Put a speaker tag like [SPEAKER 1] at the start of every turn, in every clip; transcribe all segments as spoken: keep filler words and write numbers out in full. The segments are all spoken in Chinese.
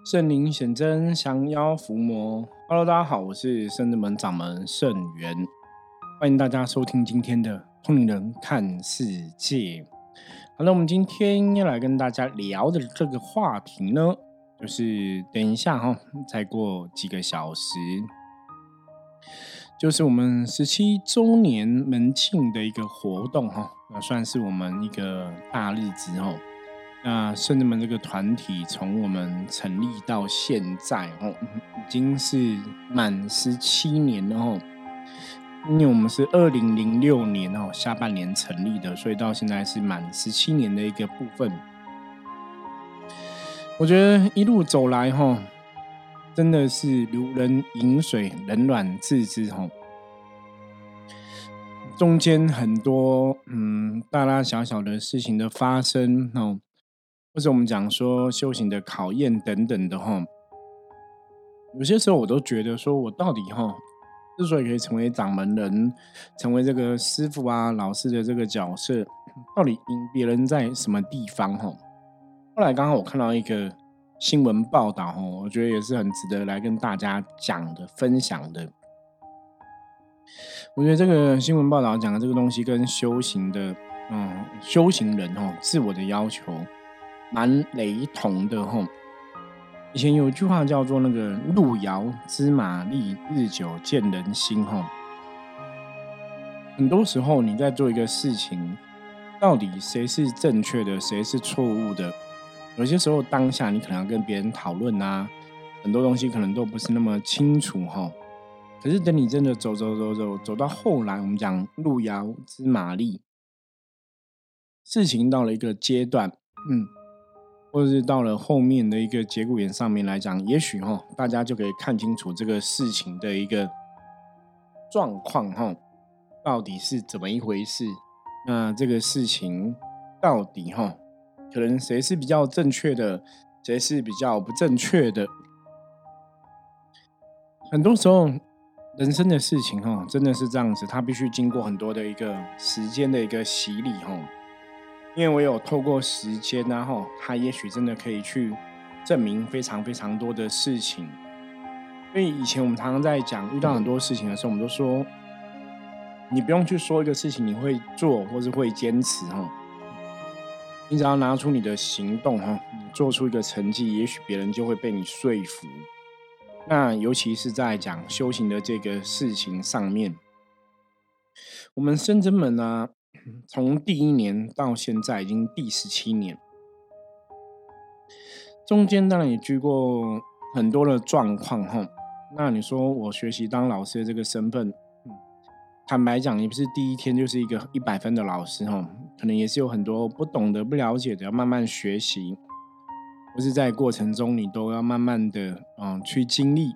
[SPEAKER 1] 圣灵显真，降妖伏魔。Hello，大家好，我是圣智门掌门圣元，欢迎大家收听今天的通灵人看世界。好了，我们今天要来跟大家聊的这个话题呢，就是等一下哈，再过几个小时，就是我们十七周年门庆的一个活动哈，那算是我们一个大日子哦。那圣人们这个团体从我们成立到现在哦，已经是满十七年了哦。因为我们是二零零六年哦下半年成立的，所以到现在是满十七年的一个部分。我觉得一路走来哈，真的是如人饮水，冷暖自知哈。中间很多嗯大大小小的事情的发生哦。或者我们讲说修行的考验等等的哈，有些时候我都觉得说，我到底哈，之所以可以成为掌门人，成为这个师傅啊、老师的这个角色，到底赢别人在什么地方哈？后来刚好我看到一个新闻报道哈，我觉得也是很值得来跟大家讲的、分享的。我觉得这个新闻报道讲的这个东西跟修行的，嗯，修行人哈自我的要求。蛮雷同的吼。以前有一句话叫做那个路遥知马力，日久见人心吼。很多时候你在做一个事情，到底谁是正确的，谁是错误的？有些时候当下你可能要跟别人讨论啊，很多东西可能都不是那么清楚吼。可是等你真的走走走走走到后来，我们讲路遥知马力，事情到了一个阶段，嗯。或者是到了后面的一个节骨眼上面来讲，也许哈，大家就可以看清楚这个事情的一个状况哈，到底是怎么一回事？那这个事情到底哈，可能谁是比较正确的，谁是比较不正确的？很多时候，人生的事情哈，真的是这样子，它必须经过很多的一个时间的一个洗礼哈。因为我有透过时间啊，吼，它也许真的可以去证明非常非常多的事情。所以以前我们常常在讲遇到很多事情的时候，我们都说，你不用去说一个事情你会做或是会坚持哈，你只要拿出你的行动哈，你做出一个成绩，也许别人就会被你说服。那尤其是在讲修行的这个事情上面，我们深圳门啊。从第一年到现在已经第十七年，中间当然也遇过很多的状况哈。那你说我学习当老师的这个身份，嗯，坦白讲，也不是第一天就是一个一百分的老师哈，可能也是有很多不懂的、不了解的，要慢慢学习，或是在过程中你都要慢慢的嗯去经历。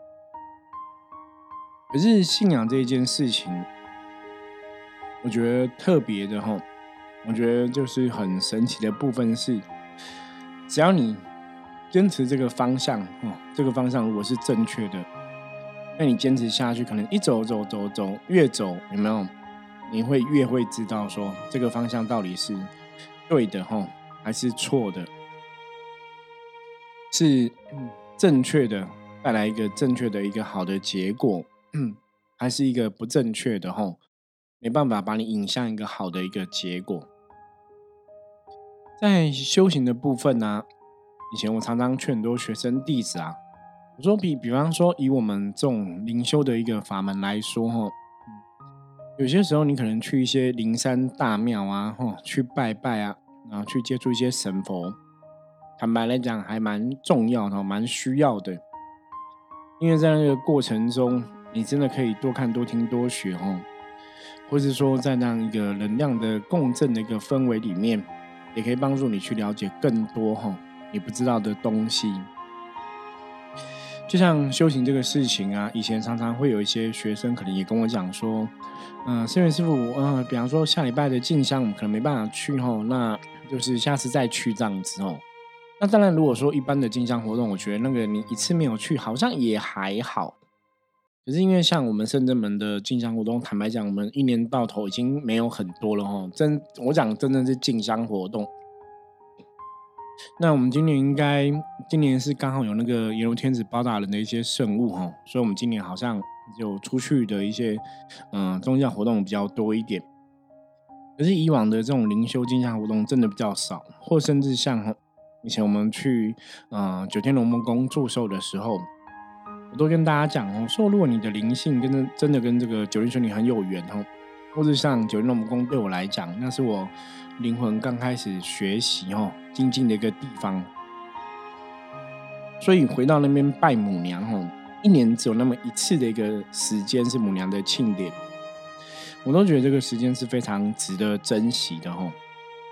[SPEAKER 1] 可是信仰这一件事情，我觉得特别的哈，我觉得就是很神奇的部分是，只要你坚持这个方向哦，这个方向如果是正确的，那你坚持下去，可能一走走走走，越走有没有？你会越会知道说这个方向到底是对的哈，还是错的？是正确的，带来一个正确的一个好的结果，还是一个不正确的哈？没办法把你引向一个好的一个结果。在修行的部分呢、啊，以前我常常劝很多学生弟子啊，我说比比方说以我们这种灵修的一个法门来说哈，有些时候你可能去一些灵山大庙啊，哈，去拜拜啊，然后去接触一些神佛，坦白来讲还蛮重要的，蛮需要的，因为在那个过程中，你真的可以多看、多听、多学哈。或是说在那样一个能量的共振的一个氛围里面，也可以帮助你去了解更多哈你不知道的东西。就像修行这个事情啊，以前常常会有一些学生可能也跟我讲说，嗯、呃，圣元师傅，呃，比方说下礼拜的进香我们可能没办法去吼，那就是下次再去这样子哦。那当然，如果说一般的进香活动，我觉得那个你一次没有去，好像也还好。可是因为像我们圣真门的进香活动，坦白讲，我们一年到头已经没有很多了哈。真我讲真的是进香活动， 那我们今年应该今年是刚好有那个阎罗天子包大人的一些圣物哈，所以我们今年好像有出去的一些嗯、呃宗教活动比较多一点。可是以往的这种灵修进香活动真的比较少，或甚至像以前我们去呃九天龙梦宫祝寿的时候，我都跟大家讲哦，说如果你的灵性跟真真的跟这个九天玄女很有缘哦，或者像九天龙梦宫对我来讲，那是我灵魂刚开始学习哦精进的一个地方。所以回到那边拜母娘哦，一年只有那么一次的一个时间是母娘的庆典，我都觉得这个时间是非常值得珍惜的哦。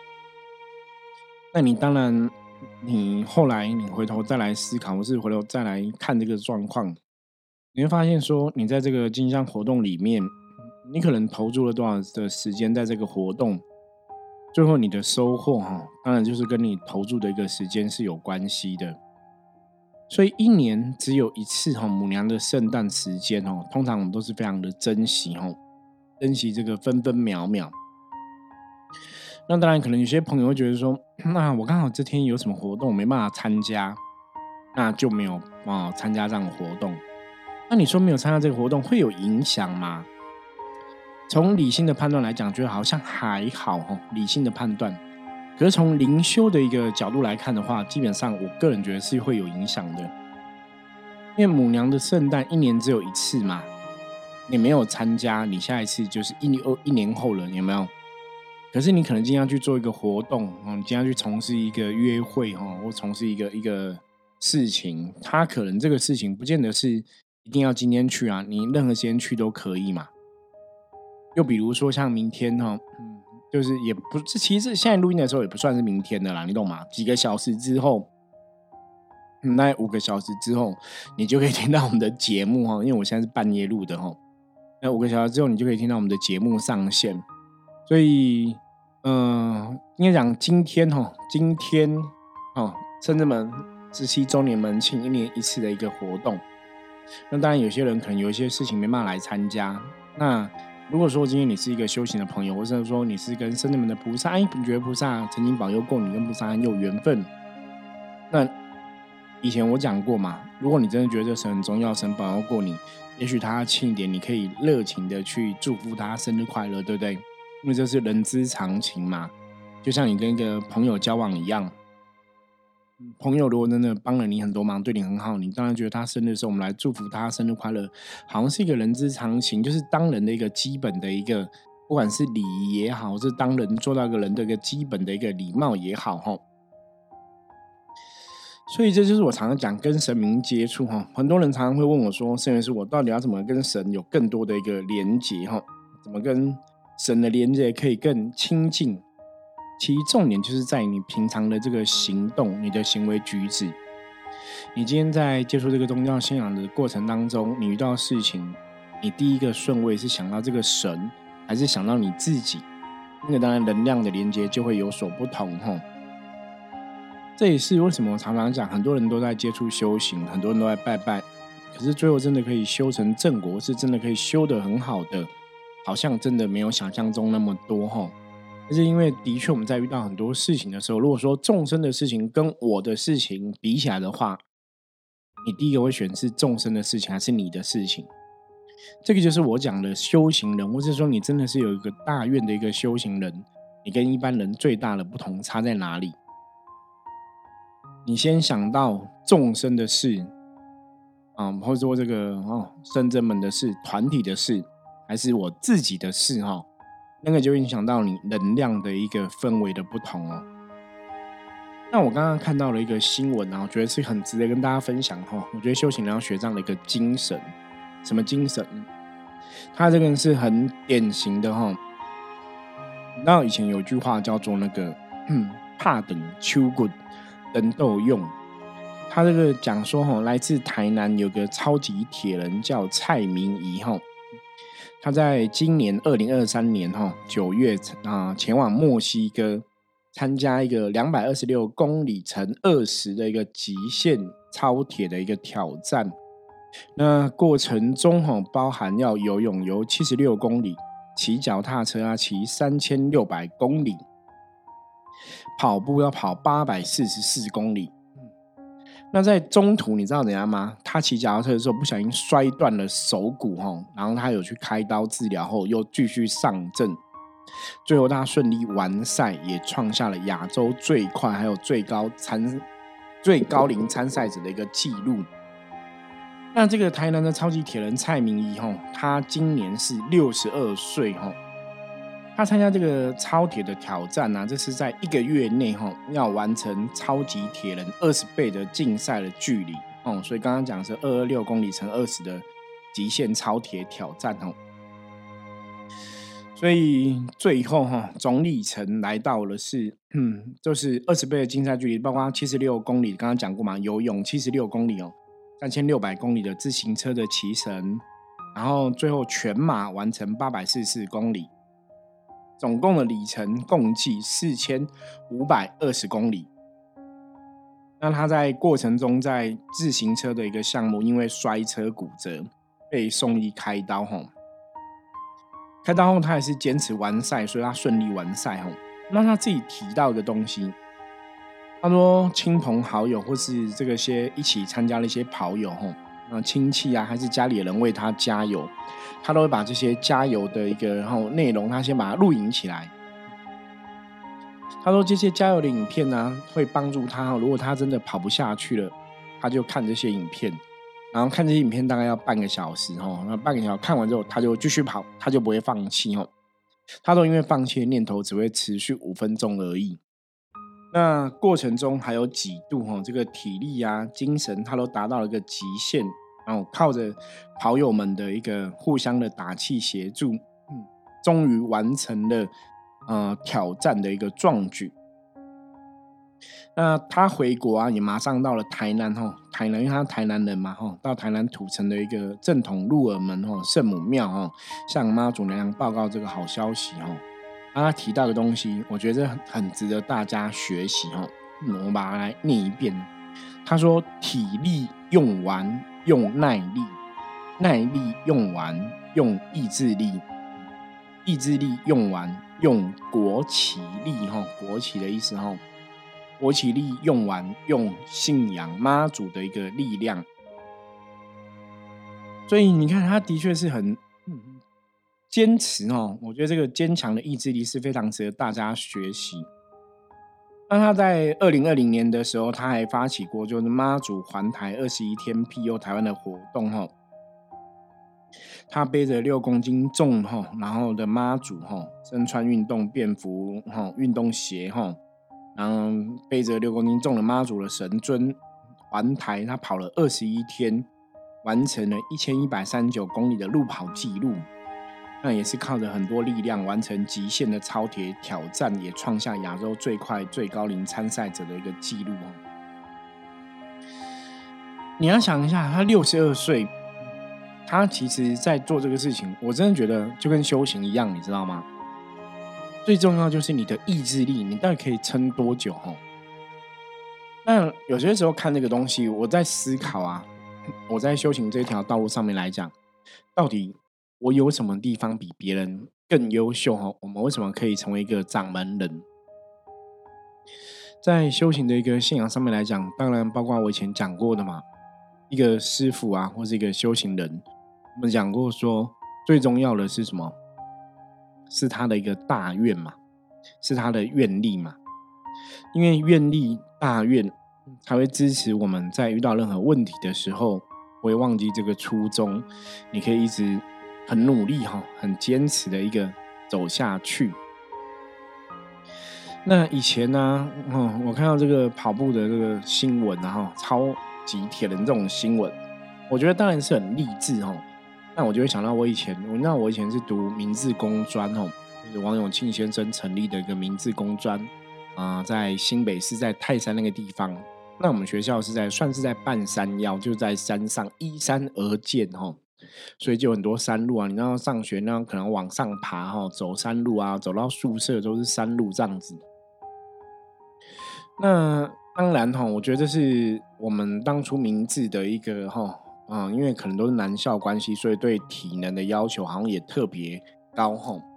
[SPEAKER 1] 那你当然，你后来你回头再来思考，或是回头再来看这个状况，你会发现说，你在这个进香活动里面，你可能投注了多少的时间在这个活动，最后你的收获哈，当然就是跟你投注的一个时间是有关系的。所以一年只有一次哈，母娘的圣诞时间哦，通常我们都是非常的珍惜哦，珍惜这个分分秒秒。那当然，可能有些朋友会觉得说，那我刚好这天有什么活动没办法参加，那就没有啊、呃参加这样的活动。那你说没有参加这个活动会有影响吗？从理性的判断来讲，觉得好像还好哦，理性的判断。可是从灵修的一个角度来看的话，基本上我个人觉得是会有影响的。因为母娘的圣诞一年只有一次嘛，你没有参加，你下一次就是一年一年后了，有没有？可是你可能今天要去做一个活动，哦，你今天要去从事一个约会，哦，或从事一个一个事情，它可能这个事情不见得是一定要今天去啊，你任何时间去都可以嘛。又比如说像明天哈，嗯，就是也不是，其实现在录音的时候也不算是明天的啦，你懂吗？几个小时之后，嗯，大概五个小时之后，你就可以听到我们的节目哈，因为我现在是半夜录的哈，那五个小时之后，你就可以听到我们的节目上线。所以，嗯、呃，应该讲今天哈，今天哦，圣至门十七周年门庆一年一次的一个活动。那当然，有些人可能有一些事情没办法来参加。那如果说今天你是一个修行的朋友，或者说你是跟圣至门的菩萨，哎，你觉得菩萨曾经保佑过你，跟菩萨很有缘分。那以前我讲过嘛，如果你真的觉得神很重要，神保佑过你，也许他庆典，你可以热情的去祝福他生日快乐，对不对？因为这是人之常情嘛，就像你跟一个朋友交往一样，朋友如果真的帮了你很多忙，对你很好，你当然觉得他生日的时候，我们来祝福他生日快乐，好像是一个人之常情，就是当人的一个基本的一个，不管是礼仪也好，或是当人做到一个人的一个基本的一个礼貌也好，哈。所以这就是我常常讲跟神明接触哈，很多人常常会问我说，圣元师，我到底要怎么跟神有更多的一个连结哈？怎么跟神的连接可以更亲近？其实重点就是在你平常的这个行动，你的行为举止。你今天在接触这个宗教信仰的过程当中，你遇到事情，你第一个顺位是想到这个神，还是想到你自己？那个当然能量的连接就会有所不同哈。这也是为什么我常常讲，很多人都在接触修行，很多人都在拜拜，可是最后真的可以修成正果，是真的可以修得很好的，好像真的没有想象中那么多哈。但是因为的确我们在遇到很多事情的时候，如果说众生的事情跟我的事情比起来的话，你第一个会选是众生的事情还是你的事情？这个就是我讲的修行人，或是说你真的是有一个大愿的一个修行人，你跟一般人最大的不同差在哪里？你先想到众生的事啊、或者说这个哦圣真门的事、团体的事，还是我自己的事哈、哦？那个就影响到你能量的一个氛围的不同哦。那我刚刚看到了一个新闻啊，我觉得是很值得跟大家分享哈、哦。我觉得修行人要学这样的一个精神，什么精神？他这个人是很典型的哈、哦。你知道以前有句话叫做那个嗯，怕等秋滚。人都有用。他这个讲说吼，来自台南有个超级铁人叫蔡明仪吼，他在今年二零二三年哈九月啊、呃、前往墨西哥参加一个两百二十六公里乘二十的一个极限超铁的一个挑战。那过程中哈包含要游泳游七十六公里，骑脚踏车啊骑三千六百公里。 跑步要跑八百四十四公里。那在中途你知道怎样吗？他骑脚踏车的时候不小心摔断了手骨，然后他有去开刀治疗后又继续上阵，最后他顺利完赛，也创下了亚洲最快还有最高参最高龄参赛者的一个纪录。那这个台南的超级铁人蔡明仪，他今年是六十二岁，他参加这个超铁的挑战啊，这是在一个月内要完成超级铁人二十倍的竞赛的距离，所以刚刚讲是二百二十六公里乘二十的极限超铁挑战。所以最后总里程来到了是嗯，就是二十倍的竞赛距离，包括七十六公里刚刚讲过嘛，游泳七十六公里哦，三千六百公里的自行车的骑乘，然后最后全马完成八百四十四公里，总共的里程共计四千五百二十公里。那他在过程中在自行车的一个项目因为摔车骨折被送医开刀，开刀后他还是坚持完赛，所以他顺利完赛。那他自己提到的东西，他说亲朋好友或是这个些一起参加的一些跑友，亲戚啊还是家里人为他加油，他都会把这些加油的一个内容他先把它录影起来。他说这些加油的影片啊会帮助他，如果他真的跑不下去了，他就看这些影片，然后看这些影片大概要半个小时，那半个小时看完之后他就继续跑，他就不会放弃。他都因为放弃的念头只会持续五分钟而已。那过程中还有几度这个体力啊精神他都达到了一个极限，然后靠着跑友们的一个互相的打气协助，嗯，终于完成了呃挑战的一个壮举。那他回国啊也马上到了台南，台南因为他台南人嘛，到台南土城的一个正统鹿耳门圣母庙向妈祖娘娘报告这个好消息。他提到的东西我觉得很值得大家学习，我们把它来念一遍。他说体力用完用耐力，耐力用完用意志力，意志力用完用国旗力，国旗的意思，国旗力用完用信仰妈祖的一个力量。所以你看他的确是很坚持，我觉得这个坚强的意志力是非常值得大家学习。那他在二零二零年的时候他还发起过就是妈祖环台二十一天庇佑台湾的活动，他背着六公斤重然后的妈祖，身穿运动便服运动鞋，然后背着六公斤重的妈祖的神尊环台，他跑了二十一天，完成了一千一百三十九公里的路跑纪录。那也是靠着很多力量完成极限的超铁挑战，也创下亚洲最快最高龄参赛者的一个纪录。你要想一下，他六十二岁，他其实在做这个事情，我真的觉得就跟修行一样，你知道吗？最重要就是你的意志力，你到底可以撑多久？那有些时候看这个东西，我在思考啊，我在修行这条道路上面来讲，到底我有什么地方比别人更优秀？我们为什么可以成为一个掌门人？在修行的一个信仰上面来讲，当然包括我以前讲过的嘛，一个师父啊，或是一个修行人，我们讲过说，最重要的是什么？是他的一个大愿嘛，是他的愿力嘛。因为愿力大愿才会支持我们在遇到任何问题的时候不会忘记这个初衷，你可以一直很努力很坚持的一个走下去。那以前呢、啊，我看到这个跑步的这个新闻啊，超级铁人这种新闻，我觉得当然是很励志。那我就会想到我以前，我知道我以前是读明志工专，就是王永庆先生成立的一个明志工专、呃、在新北市在泰山那个地方。那我们学校是在算是在半山腰，就在山上依山而建，所以就有很多山路啊，你要上学那可能往上爬，走山路啊，走到宿舍都是山路这样子。那当然我觉得这是我们当初明志的一个嗯，因为可能都是男校关系，所以对体能的要求好像也特别高。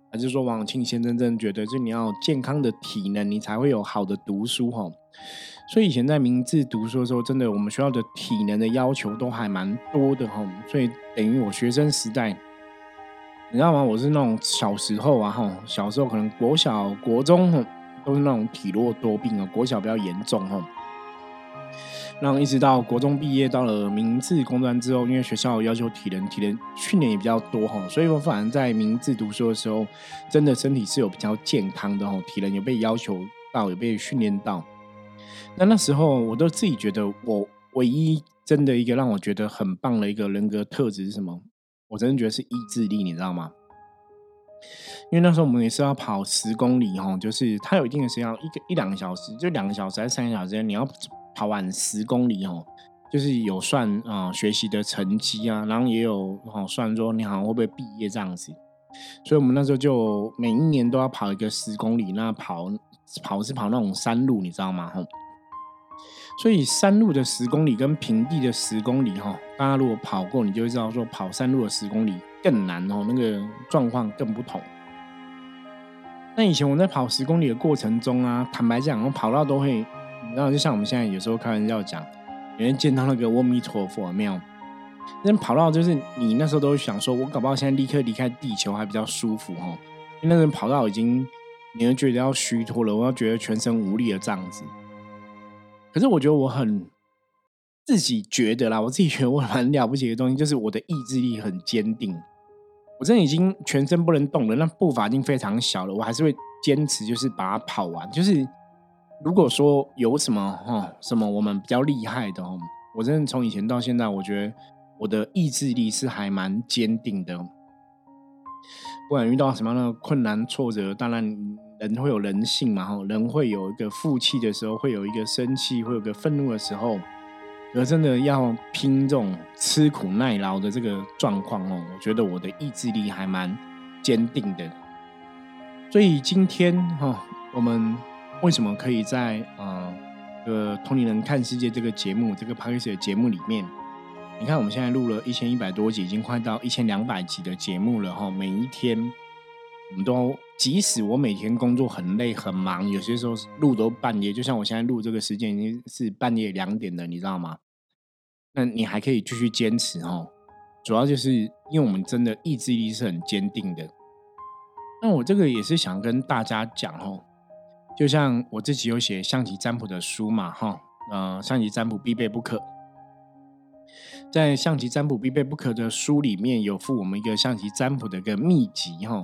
[SPEAKER 1] 还是说王永庆先生真的觉得，就你要有健康的体能，你才会有好的读书哈。所以以前在明治读书的时候，真的我们学校的体能的要求都还蛮多的哈。所以等于我学生时代，你知道吗？我是那种小时候啊哈，小时候可能国小、国中都是那种体弱多病哦，国小比较严重哈。然后一直到国中毕业，到了明治工专之后，因为学校要求体能，体能训练也比较多哈，所以我反而在明治读书的时候，真的身体是有比较健康的哈，体能有被要求到，有被训练到。那那时候我都自己觉得，我唯一真的一个让我觉得很棒的一个人格特质是什么？我真的觉得是意志力，你知道吗？因为那时候我们也是要跑十公里哈，就是它有一定的时间，一个一两个小时，就两个小时还是三个小时，你要跑完十公里哦，就是有算啊、呃、学习的成绩啊，然后也有哦算说你好像会不会毕业这样子，所以我们那时候就每一年都要跑一个十公里，那跑跑是跑那种山路，你知道吗？所以山路的十公里跟平地的十公里哈，大家如果跑过，你就会知道说跑山路的十公里更难哦，那个状况更不同。那以前我在跑十公里的过程中啊，坦白讲，我跑到都会，你知道，就像我们现在有时候开玩笑讲，有人见到那个阿弥陀佛有没有？那跑到就是你那时候都会想说，我搞不好现在立刻离开地球还比较舒服哈，因为那人跑到已经，你会觉得要虚脱了，我要觉得全身无力的这样子。可是我觉得我很自己觉得啦，我自己觉得我蛮了不起的东西，就是我的意志力很坚定。我真的已经全身不能动了，那步伐已经非常小了，我还是会坚持，就是把它跑完。就是如果说有什么哈什么我们比较厉害的哦，我真的从以前到现在，我觉得我的意志力是还蛮坚定的。不管遇到什么样的困难挫折，当然人会有人性嘛，人会有一个负气的时候，会有一个生气，会有一个愤怒的时候。而真的要拼这种吃苦耐劳的这个状况哦，我觉得我的意志力还蛮坚定的。所以今天哈、哦，我们为什么可以在呃这个同龄人看世界这个节目这个 Podcast 的节目里面，你看我们现在录了一千一百多集，已经快到一千两百集的节目了哈、哦。每一天我们都，即使我每天工作很累很忙，有些时候录都半夜，就像我现在录这个时间已经是半夜两点了，你知道吗？那你还可以继续坚持哦，主要就是因为我们真的意志力是很坚定的。那我这个也是想跟大家讲哦，就像我自己有写象棋占卜的书嘛哈，呃，象棋占卜必备不可。在象棋占卜必备不可的书里面有附我们一个象棋占卜的一个秘籍哈。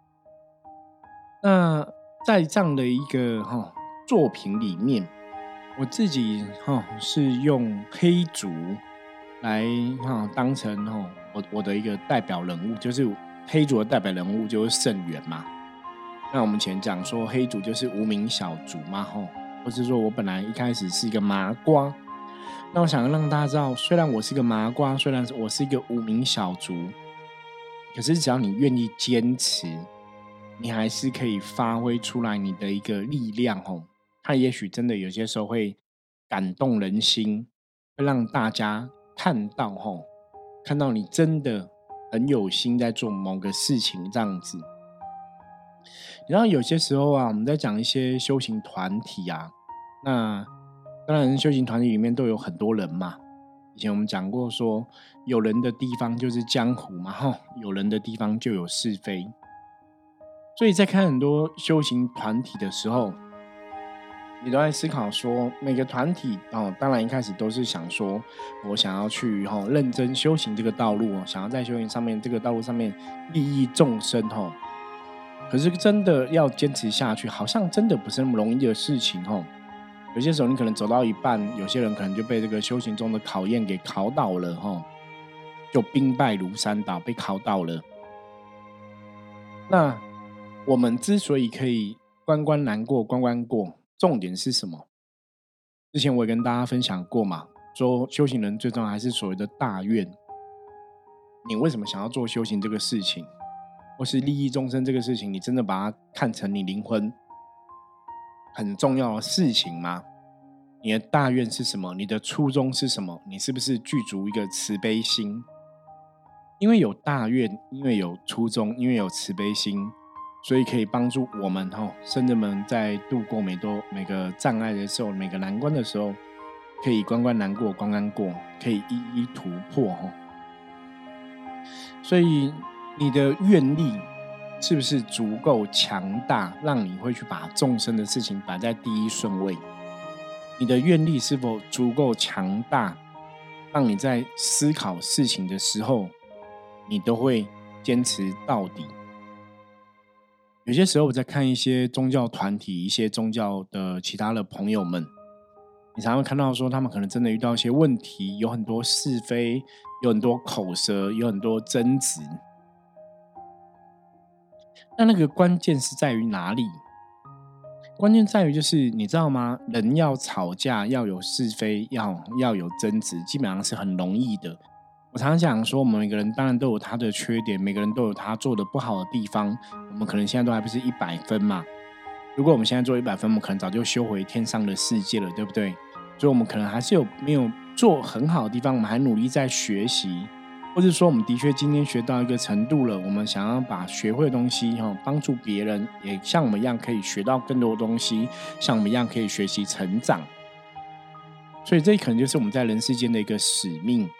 [SPEAKER 1] 那在这样的一个哈作品里面，我自己哈是用黑竹来哈当成哈我我的一个代表人物，就是黑竹的代表人物就是圣元嘛。那我们前讲说黑竹就是无名小卒嘛哈，或是说我本来一开始是一个麻瓜。那我想让大家知道，虽然我是个麻瓜，虽然我是一个无名小卒，可是只要你愿意坚持，你还是可以发挥出来你的一个力量哦。它也许真的有些时候会感动人心，会让大家看到哦，看到你真的很有心在做某个事情这样子。然后有些时候啊，我们在讲一些修行团体啊，那当然修行团体里面都有很多人嘛。以前我们讲过说，有人的地方就是江湖嘛，哈，有人的地方就有是非。所以在看很多修行团体的时候，你都在思考说，每个团体哦，当然一开始都是想说，我想要去哈、哦、认真修行这个道路哦，想要在修行上面这个道路上面利益众生哦。可是真的要坚持下去，好像真的不是那么容易的事情哦。有些时候你可能走到一半，有些人可能就被这个修行中的考验给考倒了哈、哦，就兵败如山倒，被考倒了。那我们之所以可以关关难过关关过，重点是什么？之前我也跟大家分享过嘛，说修行人最重要还是所谓的大愿。你为什么想要做修行这个事情，或是利益众生这个事情，你真的把它看成你灵魂很重要的事情吗？你的大愿是什么？你的初衷是什么？你是不是具足一个慈悲心？因为有大愿，因为有初衷，因为有慈悲心， 所以可以帮助我们哈，圣人们在度过每多每个障碍的时候，每个难关的时候，可以关关难过关关过，可以一一突破哈。所以你的愿力是不是足够强大，让你会去把众生的事情摆在第一顺位？你的愿力是否足够强大，让你在思考事情的时候，你都会坚持到底？有些时候我在看一些宗教团体，一些宗教的其他的朋友们，你常常会看到说他们可能真的遇到一些问题，有很多是非，有很多口舌，有很多争执。那那个关键是在于哪里？关键在于就是你知道吗？人要吵架，要有是非，要要有争执，基本上是很容易的。我常常讲说，我们每个人当然都有他的缺点，每个人都有他做的不好的地方。我们可能现在都还不是一百分嘛。如果我们现在做一百分，我们可能早就修回天上的世界了，对不对？所以我们可能还是有没有做很好的地方，我们还努力在学习。或者说我们的确今天学到一个程度了，我们想要把学会的东西帮助别人，也像我们一样可以学到更多的东西，像我们一样可以学习成长。所以这可能就是我们在人世间的一个使命。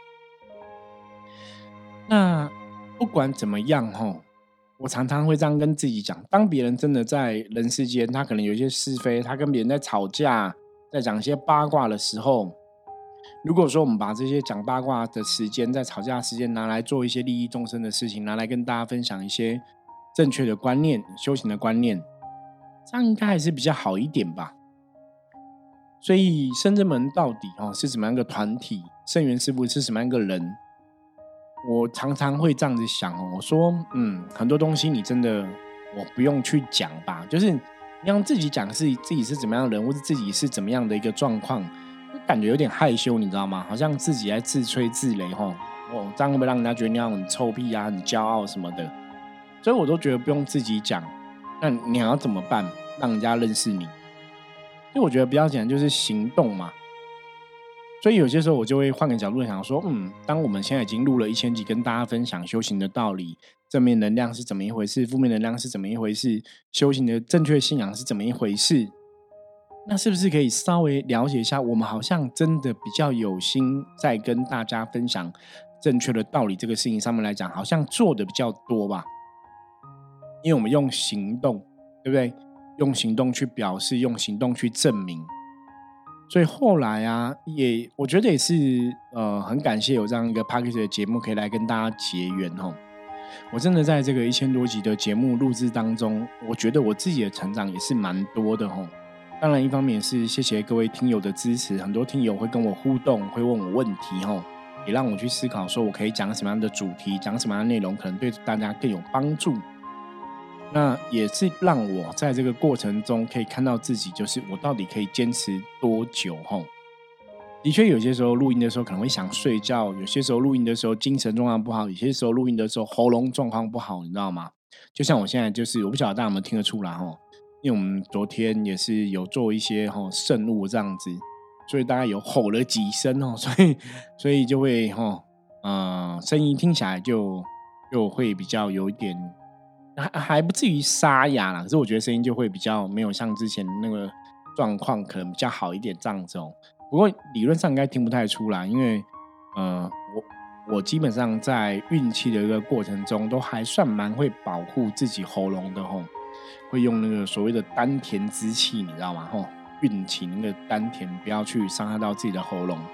[SPEAKER 1] 那不管怎么样，我常常会这样跟自己讲，当别人真的在人世间，他可能有一些是非，他跟别人在吵架，在讲一些八卦的时候，如果说我们把这些讲八卦的时间，在吵架的时间拿来做一些利益众生的事情，拿来跟大家分享一些正确的观念、修行的观念，这样应该还是比较好一点吧。所以圣真门到底是什么样的团体，圣元师父是什么样的人，我常常会这样子想，我说嗯，很多东西你真的我不用去讲吧，就是你让自己讲是自己是怎么样的人，或是自己是怎么样的一个状况，感觉有点害羞，你知道吗？好像自己在自吹自擂吼，哦，这样会不会让人家觉得你很臭屁啊、很骄傲什么的？所以我都觉得不用自己讲。那你要怎么办，让人家认识你？所以我觉得比较简单，就是行动嘛。所以有些时候我就会换个角度想说，嗯，当我们现在已经录了一千集，跟大家分享修行的道理，正面能量是怎么一回事，负面能量是怎么一回事，修行的正确信仰是怎么一回事。那是不是可以稍微了解一下，我们好像真的比较有心在跟大家分享正确的道理，这个事情上面来讲，好像做的比较多吧？因为我们用行动，对不对？用行动去表示，用行动去证明。所以后来啊，也我觉得也是呃，很感谢有这样一个 Podcast 的节目可以来跟大家结缘哦。我真的在这个一千多集的节目录制当中，我觉得我自己的成长也是蛮多的哦。当然一方面是谢谢各位听友的支持，很多听友会跟我互动，会问我问题，也让我去思考说我可以讲什么样的主题，讲什么样的内容可能对大家更有帮助。那也是让我在这个过程中可以看到自己，就是我到底可以坚持多久。的确有些时候录音的时候可能会想睡觉，有些时候录音的时候精神状况不好，有些时候录音的时候喉咙状况不好，你知道吗？就像我现在就是我不晓得大家有没有听得出来，因为我们昨天也是有做一些圣物这样子，所以大概有吼了几声，所以所以就会呃声音听起来就就会比较有一点还还不至于沙哑啦，可是我觉得声音就会比较没有像之前那个状况可能比较好一点这样子哦。不过理论上应该听不太出来，因为呃我我基本上在运气的一个过程中都还算蛮会保护自己喉咙的吼。会用那个所谓的丹田之气，你知道吗？运气那个丹田不要去伤害到自己的喉咙。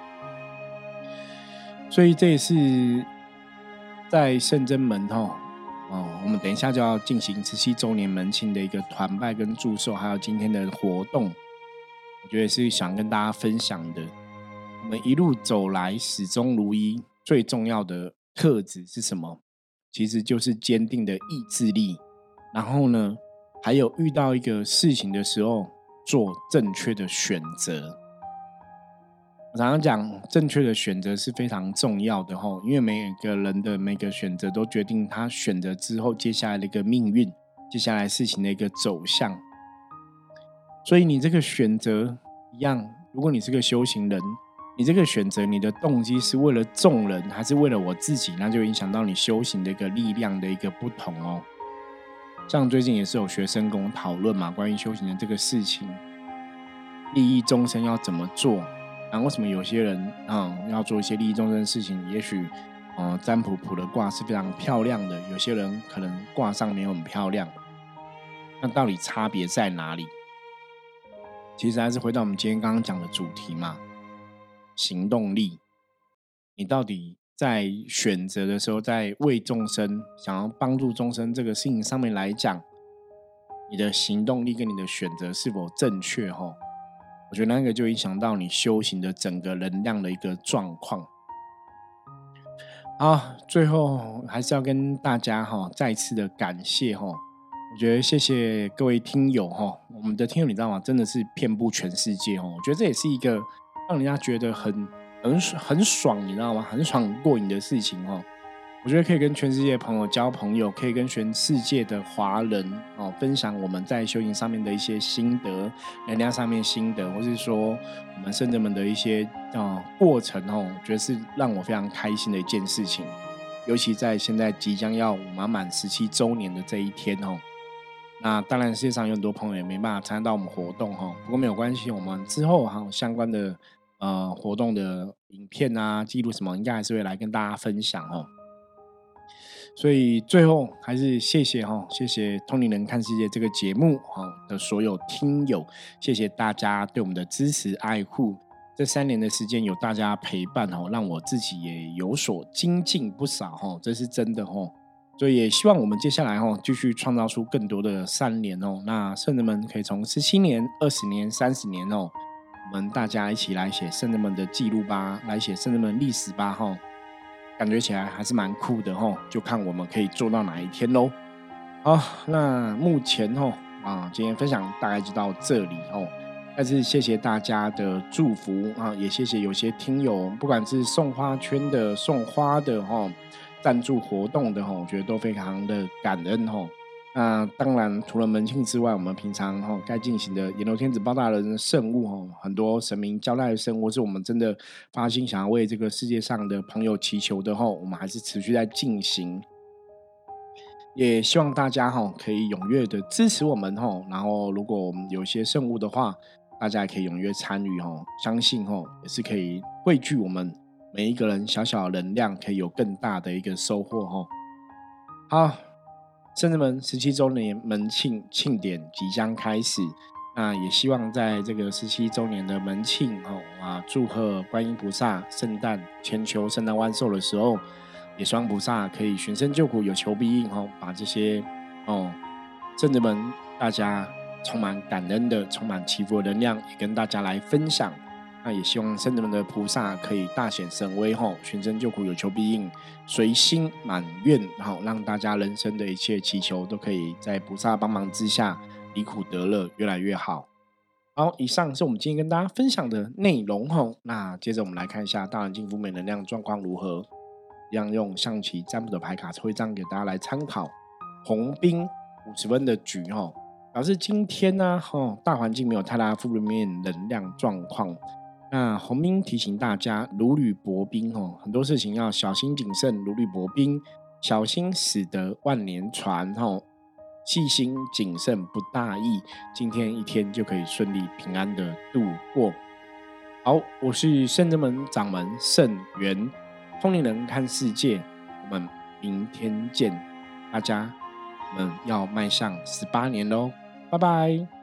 [SPEAKER 1] 所以这也是在圣真门哦，我们等一下就要进行十七周年门庆的一个团拜跟祝寿，还有今天的活动，我觉得是想跟大家分享的。我们一路走来始终如一，最重要的特质是什么？其实就是坚定的意志力。然后呢，还有遇到一个事情的时候做正确的选择。我常常讲正确的选择是非常重要的，因为每个人的每个选择都决定他选择之后接下来的一个命运，接下来事情的一个走向。所以你这个选择一样，如果你是个修行人，你这个选择你的动机是为了众人还是为了我自己，那就影响到你修行的一个力量的一个不同哦。 像最近也是有学生跟我讨论嘛，关于修行的这个事情，利益众生要怎么做？然后为什么有些人嗯要做一些利益众生的事情？也许呃占卜卜的卦是非常漂亮的，有些人可能卦上没有很漂亮，那到底差别在哪里？其实还是回到我们今天刚刚讲的主题嘛，行动力。你到底在选择的时候，在为众生、想要帮助众生这个事情上面来讲，你的行动力跟你的选择是否正确？哈，我觉得那个就影响到你修行的整个能量的一个状况。好，最后还是要跟大家哈再次的感谢哈，我觉得谢谢各位听友哈，我们的听友你知道吗？真的是遍布全世界哦，我觉得这也是一个让人家觉得很很很爽，你知道吗？很爽过瘾的事情哦。我觉得可以跟全世界的朋友交朋友，可以跟全世界的华人哦分享我们在修行上面的一些心得、能量上面心得，或是说我们圣者们的一些哦过程哦，我觉得是让我非常开心的一件事情。尤其在现在即将要满满十七周年的这一天哦，那当然世界上有很多朋友也没办法参加到我们活动哦，不过没有关系，我们之后还有相关的呃活动的影片啊、记录什么，应该还是会来跟大家分享哦。所以最后还是谢谢哈，谢谢《通灵人看世界》这个节目哈的所有听友，谢谢大家对我们的支持爱护。这三年的时间有大家陪伴哈，让我自己也有所精进不少哈，这是真的哈。所以也希望我们接下来哈继续创造出更多的三年哦，那圣人们可以从十七年、二十年、三十年哦，我们大家一起来写圣人们的记录吧，来写圣人们历史吧哈。感觉起来还是蛮酷的吼，就看我们可以做到哪一天喽。好，那目前吼啊，今天分享大概就到这里吼。但是谢谢大家的祝福啊，也谢谢有些听友，不管是送花圈的、送花的吼，赞助活动的吼，我觉得都非常的感恩吼。那当然，除了门庆之外，我们平常哈该进行的阎罗天子包大人的圣物哈，很多神明交代的圣物，是我们真的发心想要为这个世界上的朋友祈求的哈，我们还是持续在进行。也希望大家哈可以踊跃的支持我们哈，然后如果我们有一些圣物的话，大家也可以踊跃参与哈，相信哈也是可以汇聚我们每一个人小小的能量，可以有更大的一个收获哈。好。圣人们十七周年门庆庆典即将开始，那也希望在这个十七周年的门庆哦啊，祝贺观音菩萨圣诞千秋圣诞万寿的时候，也希望菩萨可以寻声救苦，有求必应哦，把这些哦圣人们大家充满感恩的、充满祈福的能量，也跟大家来分享。那也希望圣人们的菩萨可以大显神威吼，寻声救苦，有求必应，随心满愿，好让大家人生的一切祈求都可以在菩萨帮忙之下离苦得乐，越来越好。好，以上是我们今天跟大家分享的内容吼。那接着我们来看一下大人净福美能量状况如何，一样用象棋占卜的牌卡抽一张给大家来参考。红兵五十分的局吼，表示今天呢、啊、大环境没有太大负面能量状况。那红兵提醒大家如履薄冰哦，很多事情要小心谨慎，如履薄冰，小心驶得万年船哦，细心谨慎不大意，今天一天就可以顺利平安的度过。好，我是圣真门掌门圣元，通灵人看世界，我们明天见，大家我们要迈向十八年喽，拜拜。